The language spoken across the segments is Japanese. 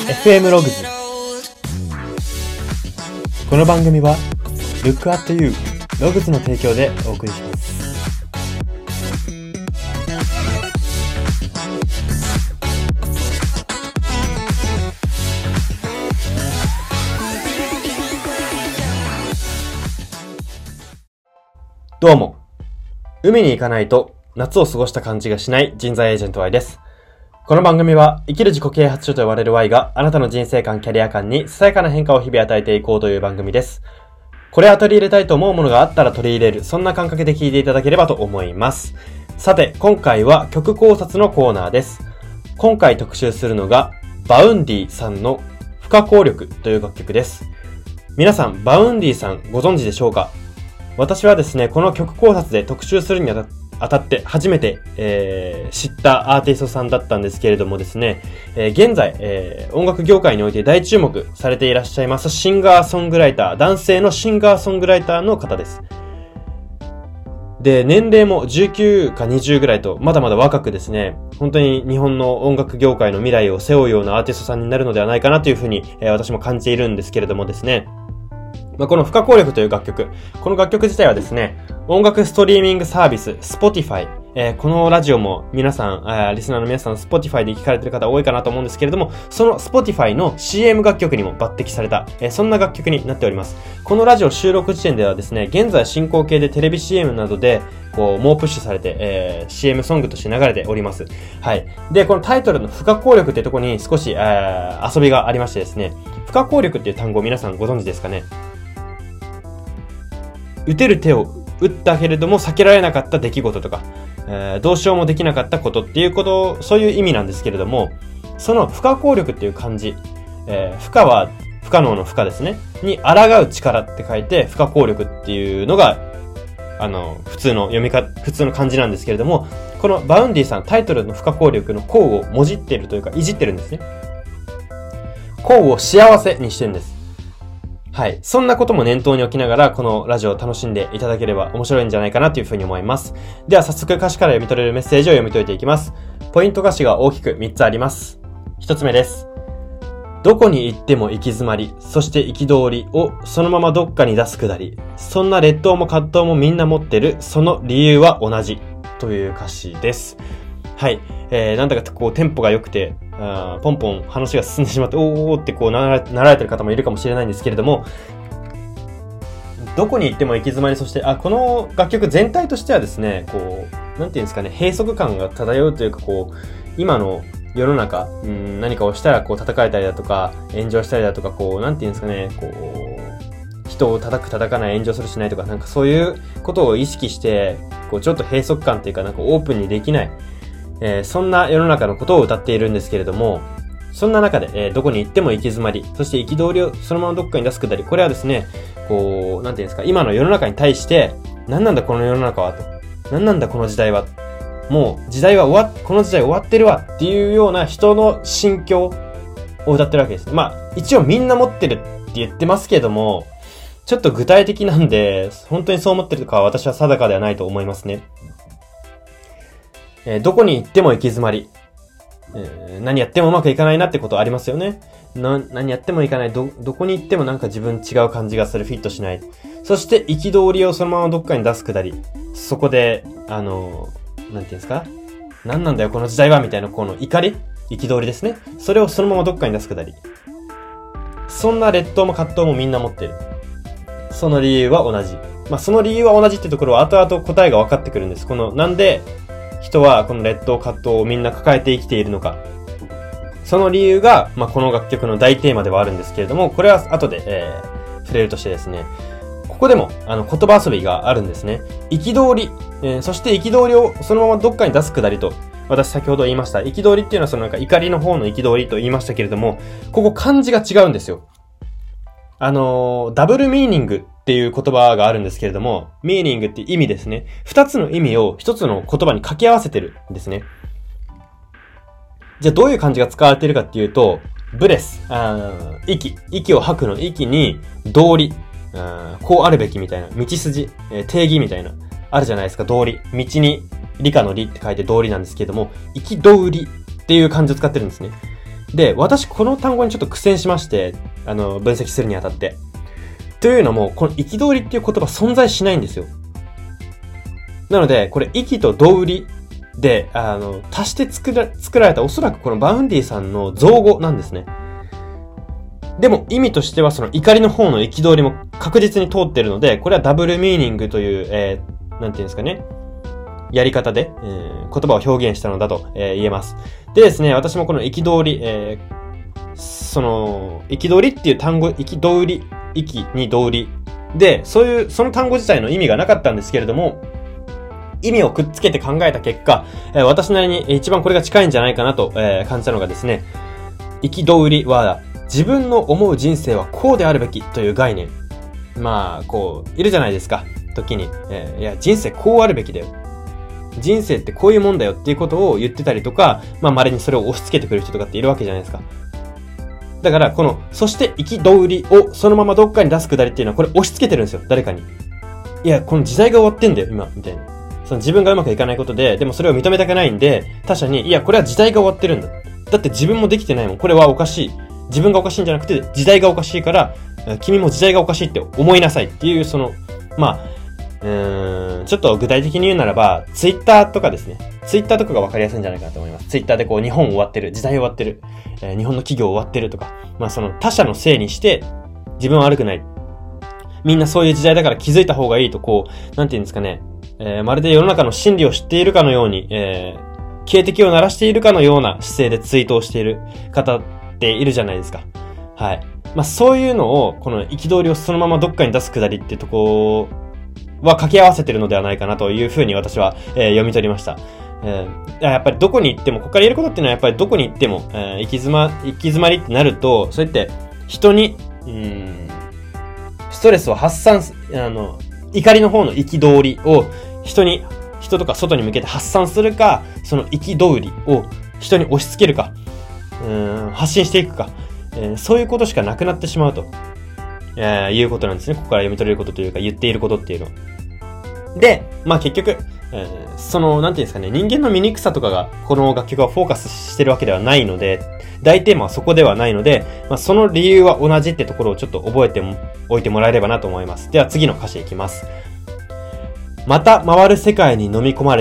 FM ログズ。この番組は Look at You ログズの提供でお送りします。どうも、海に行かないと夏を過ごした感じがしない人材エージェント Y です。この番組は生きる自己啓発書と呼ばれる Y があなたの人生観、キャリア観にささやかな変化を日々与えていこうという番組です。これは取り入れたいと思うものがあったら取り入れる、そんな感覚で聞いていただければと思います。さて、今回は曲考察のコーナーです。今回特集するのがバウンディさんの不可抗力という楽曲です。皆さん、バウンディさんご存知でしょうか？私はですね、この曲考察で特集するにあたって初めて、知ったアーティストさんだったんですけれどもですね、現在、音楽業界において大注目されていらっしゃいますシンガーソングライター、男性のシンガーソングライターの方です。で、年齢も19か20ぐらいとまだまだ若くですね、本当に日本の音楽業界の未来を背負うようなアーティストさんになるのではないかなというふうに、私も感じているんですけれどもですね、この不可抗力という楽曲、この楽曲自体はですね、音楽ストリーミングサービス Spotify、このラジオも皆さん、リスナーの皆さん Spotify で聞かれている方多いかなと思うんですけれども、その Spotify の CM 楽曲にも抜擢された、そんな楽曲になっております。このラジオ収録時点ではですね、現在進行形でテレビ CM などで猛プッシュされて、CM ソングとして流れております。はい。で、このタイトルの不可抗力っていうところに少し、遊びがありましてですね、不可抗力っていう単語を皆さんご存知ですかね？打てる手を打ったけれども避けられなかった出来事とか、どうしようもできなかったことっていうこと、そういう意味なんですけれども、その不可抗力っていう漢字、不可は不可能の不可ですね。に抗う力って書いて不可抗力っていうのが、普通の漢字なんですけれども、このバウンディさんタイトルの不可抗力の項をもじっているというか、いじってるんですね。項を幸せにしてるんです。はい。そんなことも念頭に置きながら、このラジオを楽しんでいただければ面白いんじゃないかなというふうに思います。では早速歌詞から読み取れるメッセージを読み解いていきます。ポイント歌詞が大きく3つあります。1つ目です。どこに行っても行き詰まり、そして憤りをそのままどっかに出すくだり。そんな劣等も葛藤もみんな持ってる、その理由は同じ。という歌詞です。はい。なんだかテンポが良くて、ポンポン話が進んでしまって、おーってなられてる方もいるかもしれないんですけれども、どこに行っても行き詰まり、そして、この楽曲全体としてはですね、なんていうんですかね、閉塞感が漂うというか、今の世の中、何かをしたら叩かれたりだとか、炎上したりだとか、なんていうんですかね、人を叩かない、炎上するしないとか、なんかそういうことを意識して、ちょっと閉塞感っていうか、なんかオープンにできない、そんな世の中のことを歌っているんですけれども、そんな中で、どこに行っても行き詰まり、そして憤りをそのままどっかに出すくだり、これはですね、なんていうんですか、今の世の中に対して、何なんだこの世の中はと。何なんだこの時代は。もうこの時代終わってるわっていうような人の心境を歌ってるわけです。一応みんな持ってるって言ってますけども、ちょっと具体的なんで、本当にそう思ってるとかは私は定かではないと思いますね。どこに行っても行き詰まり、何やってもうまくいかないなってことありますよね。何やってもいかない。どこに行ってもなんか自分違う感じがする。フィットしない。そして憤りをそのままどっかに出すくだり。そこで、なんていうんですか？何なんだよこの時代はみたいな憤りですね。それをそのままどっかに出すくだり。そんな劣等も葛藤もみんな持ってる。その理由は同じ。その理由は同じってところは後々答えが分かってくるんです。なんで、人はこの劣等葛藤をみんな抱えて生きているのか。その理由が、この楽曲の大テーマではあるんですけれども、これは後で、触れるとしてですね、ここでも、言葉遊びがあるんですね。憤り、そして憤りをそのままどっかに出すくだりと、私先ほど言いました。憤りっていうのは怒りの方の憤りと言いましたけれども、ここ漢字が違うんですよ。ダブルミーニングっていう言葉があるんですけれども、ミーニングって意味ですね。二つの意味を一つの言葉に掛け合わせてるんですね。じゃあどういう漢字が使われているかっていうと、ブレス、息を吐くの息に、道理、こうあるべきみたいな、道筋、定義みたいな、あるじゃないですか、道理。道に、理科の理って書いて道理なんですけれども、憤りっていう漢字を使ってるんですね。 で、私この単語にちょっと苦戦しまして、分析するにあたって。というのも、この憤りっていう言葉存在しないんですよ。なので、これ、憤と動売りで、足して作られたおそらくこのバウンディさんの造語なんですね。でも意味としてはその怒りの方の憤りも確実に通ってるので、これはダブルミーニングという、なんていうんですかね。やり方で、言葉を表現したのだと、言えます。でですね、私もこの憤り、憤りっていう単語、憤り、憤に動り。で、その単語自体の意味がなかったんですけれども、意味をくっつけて考えた結果、私なりに一番これが近いんじゃないかなと、感じたのがですね、憤りは、自分の思う人生はこうであるべきという概念。まあ、こう、いるじゃないですか。時に、いや、人生こうあるべきだよ。人生ってこういうもんだよっていうことを言ってたりとか、まあ、稀にそれを押し付けてくる人とかっているわけじゃないですか。だから、そして憤りをそのままどっかに出すくだりっていうのは、これ押し付けてるんですよ、誰かに。いや、この時代が終わってんだよ、今、みたいな。その自分がうまくいかないことで、でもそれを認めたくないんで、他者に、いや、これは時代が終わってるんだ。だって自分もできてないもん。これはおかしい。自分がおかしいんじゃなくて、時代がおかしいから、君も時代がおかしいって思いなさいっていう、まあ、ちょっと具体的に言うならば、ツイッターとかですね。ツイッターとかが分かりやすいんじゃないかなと思います。ツイッターでこう、日本終わってる、時代終わってる、日本の企業終わってるとか、まあその他者のせいにして、自分は悪くない。みんなそういう時代だから気づいた方がいいと、こう、なんて言うんですかね。まるで世の中の真理を知っているかのように、警笛を鳴らしているかのような姿勢でツイートをしている方っているじゃないですか。はい。まあそういうのを、この憤りをそのままどっかに出すくだりってとこは掛け合わせてるのではないかなというふうに私は、読み取りました。やっぱりどこに行っても、ここから言えることっていうのはやっぱりどこに行っても、行き詰まりってなると、そうやって人に、ストレスを発散、怒りの方の憤りを人とか外に向けて発散するか、その憤りを人に押し付けるか、発信していくか、そういうことしかなくなってしまうと、いうことなんですね。ここから読み取れることというか言っていることっていうの。で、まあ結局、なんていうんですかね、人間の醜さとかがこの楽曲はフォーカスしてるわけではないので、大テーマはそこではないので、まあその理由は同じってところをちょっと覚えておいてもらえればなと思います。では次の歌詞いきます。また回る世界に飲まれ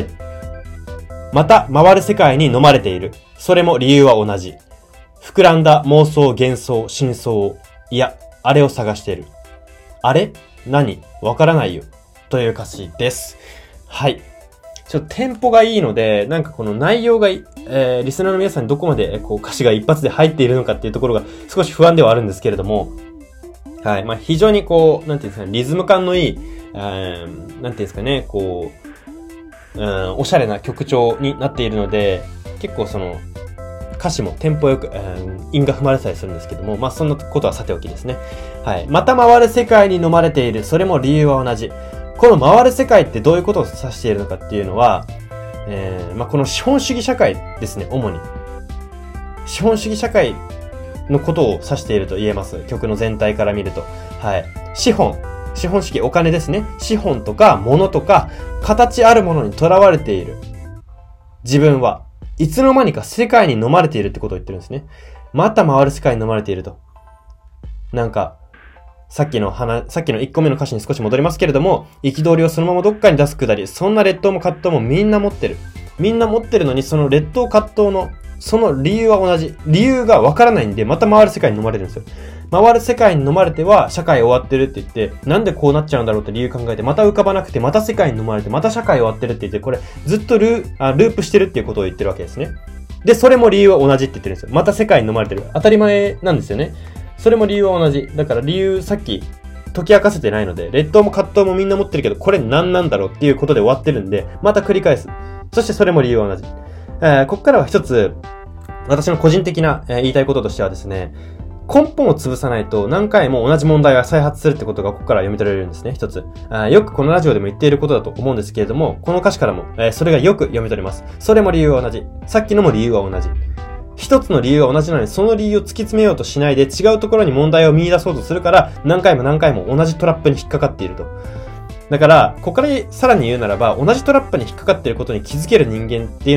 ている。それも理由は同じ。膨らんだ妄想、幻想、真相を、いや、あれを探している。あれ？何？わからないよ。という歌詞です。はい。ちょっとテンポがいいので、なんかこの内容が、リスナーの皆さんにどこまでこう歌詞が一発で入っているのかっていうところが少し不安ではあるんですけれども、はい。まあ、非常にこう、なんていうんですかね、リズム感のいい、なんていうんですかね、こう、おしゃれな曲調になっているので、結構歌詞もテンポよく、韻が踏まれてたりするんですけども、まあ、そんなことはさておきですね。はい。また回る世界に飲まれている。それも理由は同じ。この回る世界ってどういうことを指しているのかっていうのは、まあ、この資本主義社会ですね、主に。資本主義社会のことを指していると言えます。曲の全体から見ると。はい。資本主義、お金ですね。資本とか物とか、形あるものに囚われている。自分はいつの間にか世界に飲まれているってことを言ってるんですね。また回る世界に飲まれていると。なんか、さっきの1個目の歌詞に少し戻りますけれども、憤りをそのままどっかに出すくだり、そんな劣等も葛藤もみんな持ってる。みんな持ってるのに、その劣等葛藤の、その理由は同じ。理由がわからないんで、また回る世界に飲まれるんですよ。回る世界に飲まれては、社会終わってるって言って、なんでこうなっちゃうんだろうって理由考えて、また浮かばなくて、また世界に飲まれて、また社会終わってるって言って、これ、ずっとループしてるっていうことを言ってるわけですね。で、それも理由は同じって言ってるんですよ。また世界に飲まれてる。当たり前なんですよね。それも理由は同じ。だから理由、さっき、解き明かせてないので、劣等も葛藤もみんな持ってるけど、これ何なんだろうっていうことで終わってるんで、また繰り返す。そしてそれも理由は同じ。ここからは一つ、私の個人的な、言いたいこととしてはですね、根本を潰さないと何回も同じ問題が再発するってことがここから読み取れるんですね、一つ。よくこのラジオでも言っていることだと思うんですけれども、この歌詞からも、それがよく読み取れます。それも理由は同じ。さっきのも理由は同じ。一つの理由は同じなのに、その理由を突き詰めようとしないで違うところに問題を見出そうとするから、何回も同じトラップに引っかかっていると。だから、ここからさらに言うならば、同じトラップに引っかかっていることに気づける人間っていうのは、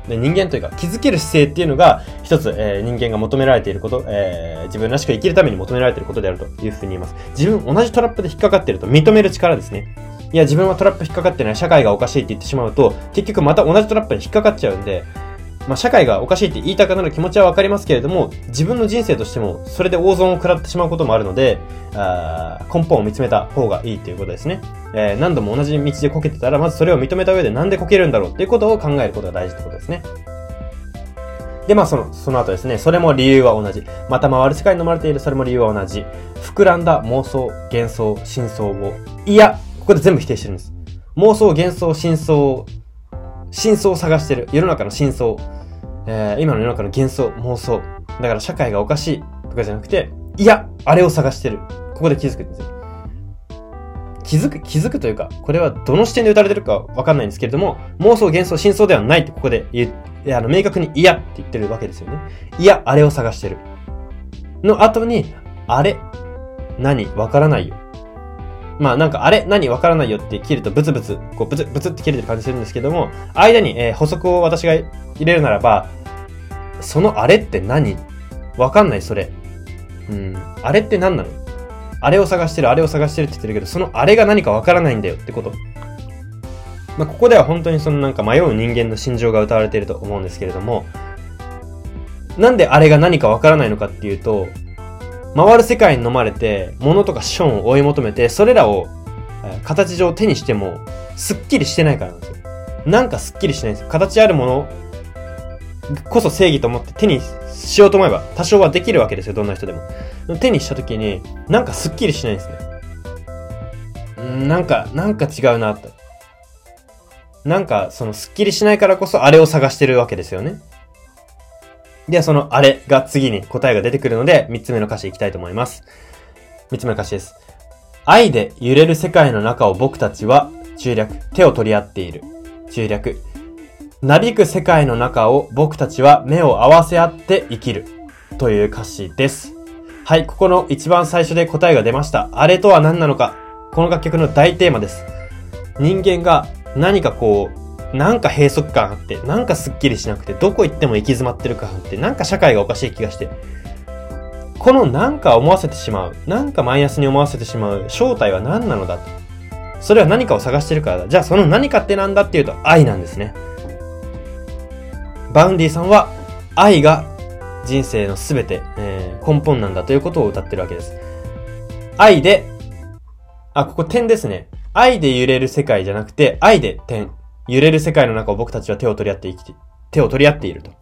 人間というか気づける姿勢っていうのが一つ、人間が求められていること、自分らしく生きるために求められていることであるというふうに言います。自分同じトラップで引っかかっていると認める力ですね。いや自分はトラップ引っかかってない、社会がおかしいって言ってしまうと結局また同じトラップに引っかかっちゃうんで、社会がおかしいって言いたくなる気持ちはわかりますけれども、自分の人生としてもそれで大損を食らってしまうこともあるので、根本を見つめた方がいいということですね。何度も同じ道でこけてたら、まずそれを認めた上でなんでこけるんだろうっていうことを考えることが大事ってことですね。で、その後ですね、それも理由は同じ。また回る世界に飲まれている、それも理由は同じ。膨らんだ妄想、幻想、真相を。いや、ここで全部否定してるんです。妄想、幻想、真相を探してる。世の中の真相。今の世の中の幻想、妄想。だから社会がおかしいとかじゃなくて、いや、あれを探してる。ここで気づくんですよ。気づくというか、これはどの視点で打たれてるかわかんないんですけれども、妄想、幻想、真相ではないってここで明確にいやって言ってるわけですよね。いや、あれを探してる。の後に、あれ何わからないよ。あれ何わからないよって切るとブツブツって切れてる感じするんですけども、間に、補足を私が入れるならば、そのあれって何わかんないそれ。あれって何なの？あれを探してるって言ってるけど、そのあれが何かわからないんだよってこと。ここでは本当に迷う人間の心情が歌われていると思うんですけれども、なんであれが何かわからないのかっていうと、回る世界に飲まれて、物とか資本を追い求めて、それらを形上手にしても、すっきりしてないからなんですよ。なんかすっきりしないんですよ。形あるものこそ正義と思って手にしようと思えば、多少はできるわけですよ、どんな人でも。手にしたときに、なんかすっきりしないんですね。なんか違うなって。すっきりしないからこそ、あれを探してるわけですよね。で、そのあれが次に答えが出てくるので、3つ目の歌詞いきたいと思います。3つ目の歌詞です。愛で揺れる世界の中を僕たちは、中略、手を取り合っている。中略、なびく世界の中を僕たちは目を合わせ合って生きる。という歌詞です。はい、ここの一番最初で答えが出ました。あれとは何なのか。この楽曲の大テーマです。人間が何かなんか閉塞感あって、なんかスッキリしなくて、どこ行っても行き詰まってる感あって、なんか社会がおかしい気がして。このなんか思わせてしまう、なんかマイナスに思わせてしまう正体は何なのだと。それは何かを探してるからだ。じゃあその何かってなんだっていうと愛なんですね。バウンディさんは愛が人生のすべて、根本なんだということを歌ってるわけです。愛で、ここ点ですね。愛で揺れる世界じゃなくて、愛で点。揺れる世界の中を僕たちは手を取り合っていると。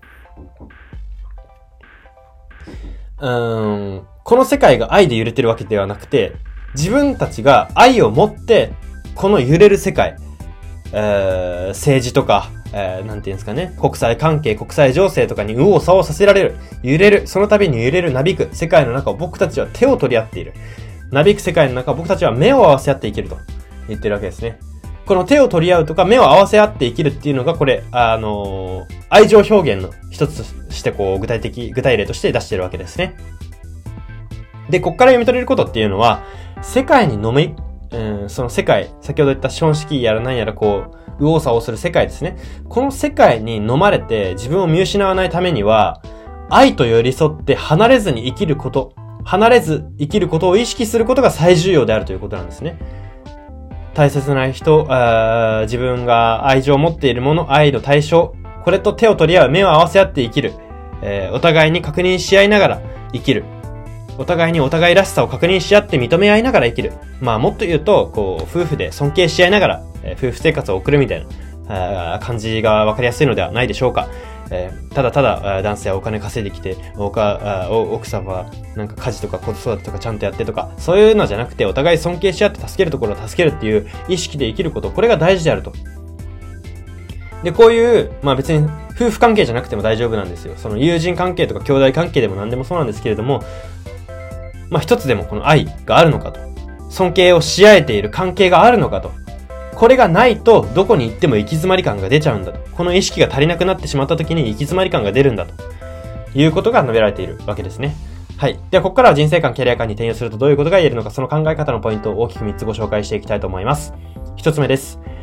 この世界が愛で揺れてるわけではなくて、自分たちが愛を持って、この揺れる世界、政治とか、なんていうんですかね、国際関係、国際情勢とかに右往左往させられる、揺れる、その度に揺れる、なびく世界の中を僕たちは手を取り合っている。なびく世界の中を僕たちは目を合わせ合って生きると言ってるわけですね。この手を取り合うとか目を合わせ合って生きるっていうのがこれ、愛情表現の一つとして具体例として出してるわけですね。で、こっから読み取れることっていうのは、世界にその世界、先ほど言った資本主義やら何やら右往左往する世界ですね。この世界に飲まれて自分を見失わないためには、愛と寄り添って離れず生きることを意識することが最重要であるということなんですね。大切な人、自分が愛情を持っているもの、愛の対象、これと手を取り合う、目を合わせ合って生きる。お互いに確認し合いながら生きる。お互いにお互いらしさを確認し合って認め合いながら生きる。もっと言うと、夫婦で尊敬し合いながら、夫婦生活を送るみたいな、感じがわかりやすいのではないでしょうか。ただ男性はお金稼いできて、奥さんはなんか家事とか子育てとかちゃんとやってとか、そういうのじゃなくてお互い尊敬し合って助けるところを助けるっていう意識で生きること、これが大事であると。で、こういう、別に夫婦関係じゃなくても大丈夫なんですよ。その友人関係とか兄弟関係でも何でもそうなんですけれども、一つでもこの愛があるのかと。尊敬をし合えている関係があるのかと。これがないと、どこに行っても行き詰まり感が出ちゃうんだと。この意識が足りなくなってしまった時に行き詰まり感が出るんだと。いうことが述べられているわけですね。はい。では、ここからは人生観、キャリア観に転用するとどういうことが言えるのか、その考え方のポイントを大きく3つご紹介していきたいと思います。1つ目です。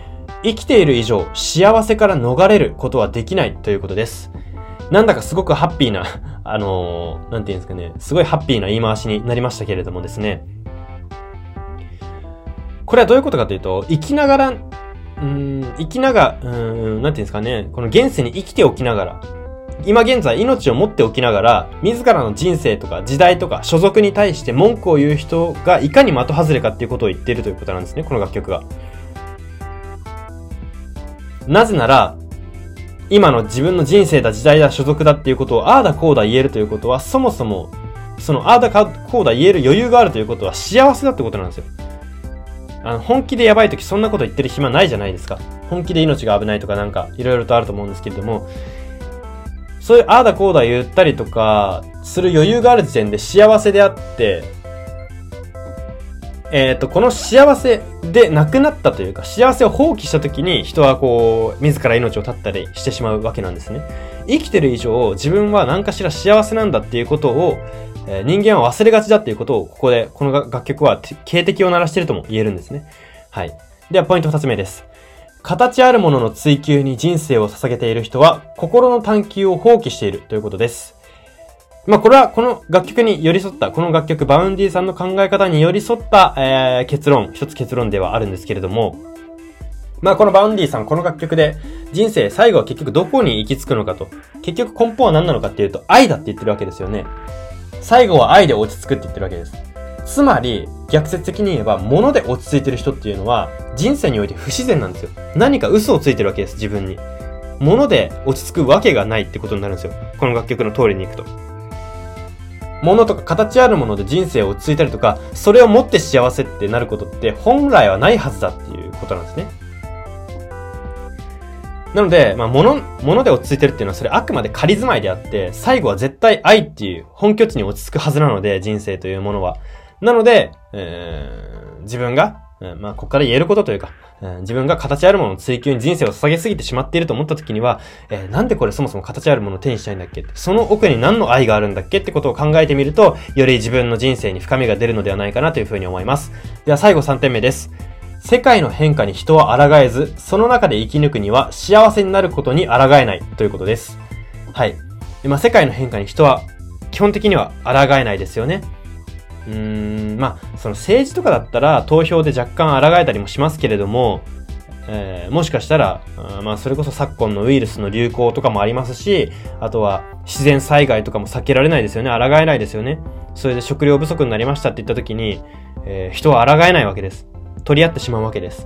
生きている以上、幸せから逃れることはできないということです。なんだかすごくハッピーな、なんていうんですかね、すごいハッピーな言い回しになりましたけれどもですね。これはどういうことかというと、なんていうんですかね、この現世に生きておきながら、今現在命を持っておきながら、自らの人生とか時代とか所属に対して文句を言う人がいかに的外れかっていうことを言っているということなんですね、この楽曲が。なぜなら、今の自分の人生だ時代だ所属だっていうことをああだこうだ言えるということは、そもそも、そのああだこうだ言える余裕があるということは幸せだってことなんですよ。本気でやばい時そんなこと言ってる暇ないじゃないですか。本気で命が危ないとかなんかいろいろとあると思うんですけれども、そういうああだこうだ言ったりとかする余裕がある時点で幸せであって、この幸せでなくなったというか、幸せを放棄した時に人はこう自ら命を絶ったりしてしまうわけなんですね。生きてる以上自分は何かしら幸せなんだっていうことを、人間は忘れがちだっていうことをこの楽曲は警笛を鳴らしているとも言えるんですね。はい。ではポイント2つ目です。形あるものの追求に人生を捧げている人は心の探求を放棄しているということです。これはこの楽曲に寄り添った、この楽曲バウンディさんの考え方に寄り添った、一つ結論ではあるんですけれども、このバウンディさん、この楽曲で人生最後は結局どこに行き着くのかと、結局根本は何なのかっていうと愛だって言ってるわけですよね。最後は愛で落ち着くって言ってるわけです。つまり逆説的に言えば物で落ち着いてる人っていうのは人生において不自然なんですよ。何か嘘をついてるわけです、自分に。物で落ち着くわけがないってことになるんですよ、この楽曲の通りに行くと。物とか形あるもので人生を落ち着いたりとか、それを持って幸せってなることって本来はないはずだっていうことなんですね。なので、物で落ち着いてるっていうのはそれあくまで仮住まいであって、最後は絶対愛っていう本拠地に落ち着くはずなので、人生というものは。なので、自分が、ここから言えることというか、自分が形あるものの追求に人生を捧げすぎてしまっていると思った時には、なんでこれそもそも形あるものを手にしたいんだっけって、その奥に何の愛があるんだっけってことを考えてみると、より自分の人生に深みが出るのではないかなというふうに思います。では最後3点目です。世界の変化に人は抗えず、その中で生き抜くには幸せになることに抗えないということです。はい。世界の変化に人は基本的には抗えないですよね。その政治とかだったら投票で若干抗えたりもしますけれども、もしかしたら、それこそ昨今のウイルスの流行とかもありますし、あとは自然災害とかも避けられないですよね。抗えないですよね。それで食料不足になりましたって言った時に、人は抗えないわけです。取り合ってしまうわけです。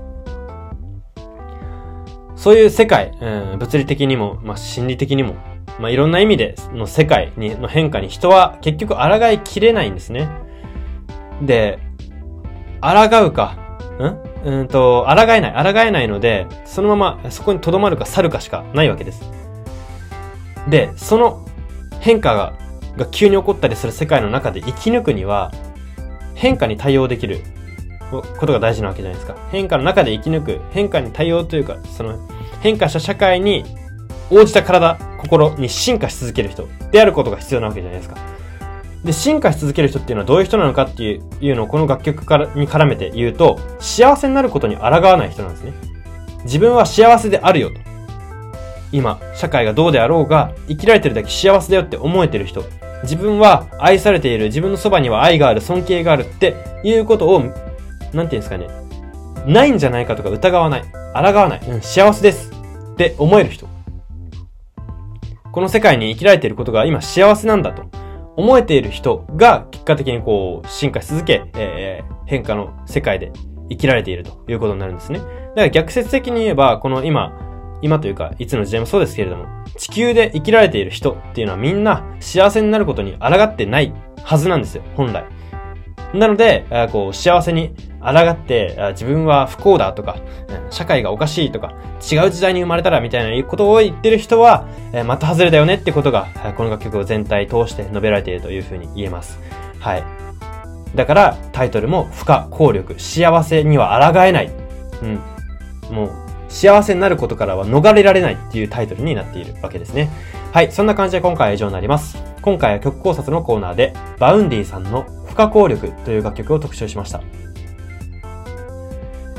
そういう世界、物理的にも、心理的にも、いろんな意味での世界の変化に人は結局抗いきれないんですね。で、抗うか、抗えないので、そのままそこに留まるか去るかしかないわけです。で、その変化が急に起こったりする世界の中で生き抜くには、変化に対応できることが大事なわけじゃないですか。変化の中で生き抜く、変化に対応というか、その変化した社会に応じた体、心に進化し続ける人であることが必要なわけじゃないですか。で、進化し続ける人っていうのはどういう人なのかっていうのをこの楽曲に絡めて言うと、幸せになることに抗わない人なんですね。自分は幸せであるよと。今、社会がどうであろうが、生きられてるだけ幸せだよって思えてる人。自分は愛されている、自分のそばには愛がある、尊敬があるっていうことを、なんていうんですかね。ないんじゃないかとか疑わない。抗わない。幸せですって思える人。この世界に生きられていることが今幸せなんだと思えている人が結果的に進化し続け、変化の世界で生きられているということになるんですね。だから逆説的に言えば、この今というかいつの時代もそうですけれども、地球で生きられている人っていうのはみんな幸せになることに抗ってないはずなんですよ、本来。なので、幸せに抗って、自分は不幸だとか、社会がおかしいとか、違う時代に生まれたらみたいなことを言ってる人は、的外れだよねってことが、この楽曲を全体通して述べられているというふうに言えます。はい。だから、タイトルも不可抗力、幸せには抗えない。もう、幸せになることからは逃れられないっていうタイトルになっているわけですね。はい。そんな感じで今回は以上になります。今回は曲考察のコーナーで、バウンディさんの不可抗力という楽曲を特集しました。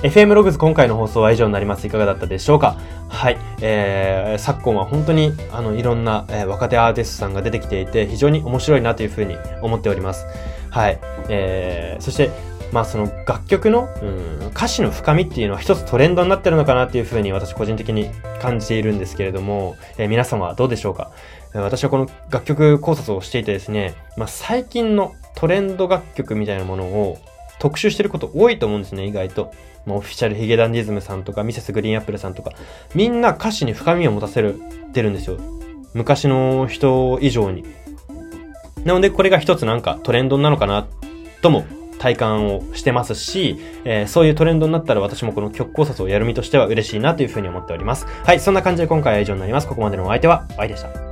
FM ログズ今回の放送は以上になります。いかがだったでしょうか？はい。昨今は本当にいろんな、若手アーティストさんが出てきていて非常に面白いなというふうに思っております。はい。そして、その楽曲の、歌詞の深みっていうのは一つトレンドになってるのかなっていうふうに私個人的に感じているんですけれども、皆様はどうでしょうか？私はこの楽曲考察をしていてですね、最近のトレンド楽曲みたいなものを特集してること多いと思うんですね、意外と。オフィシャルヒゲダンディズムさんとかミセスグリーンアップルさんとか、みんな歌詞に深みを持たせてるんですよ。昔の人以上に。なのでこれが一つなんかトレンドなのかなとも体感をしてますし、そういうトレンドになったら私もこの曲考察をやる身としては嬉しいなというふうに思っております。はい、そんな感じで今回は以上になります。ここまでのお相手は愛でした。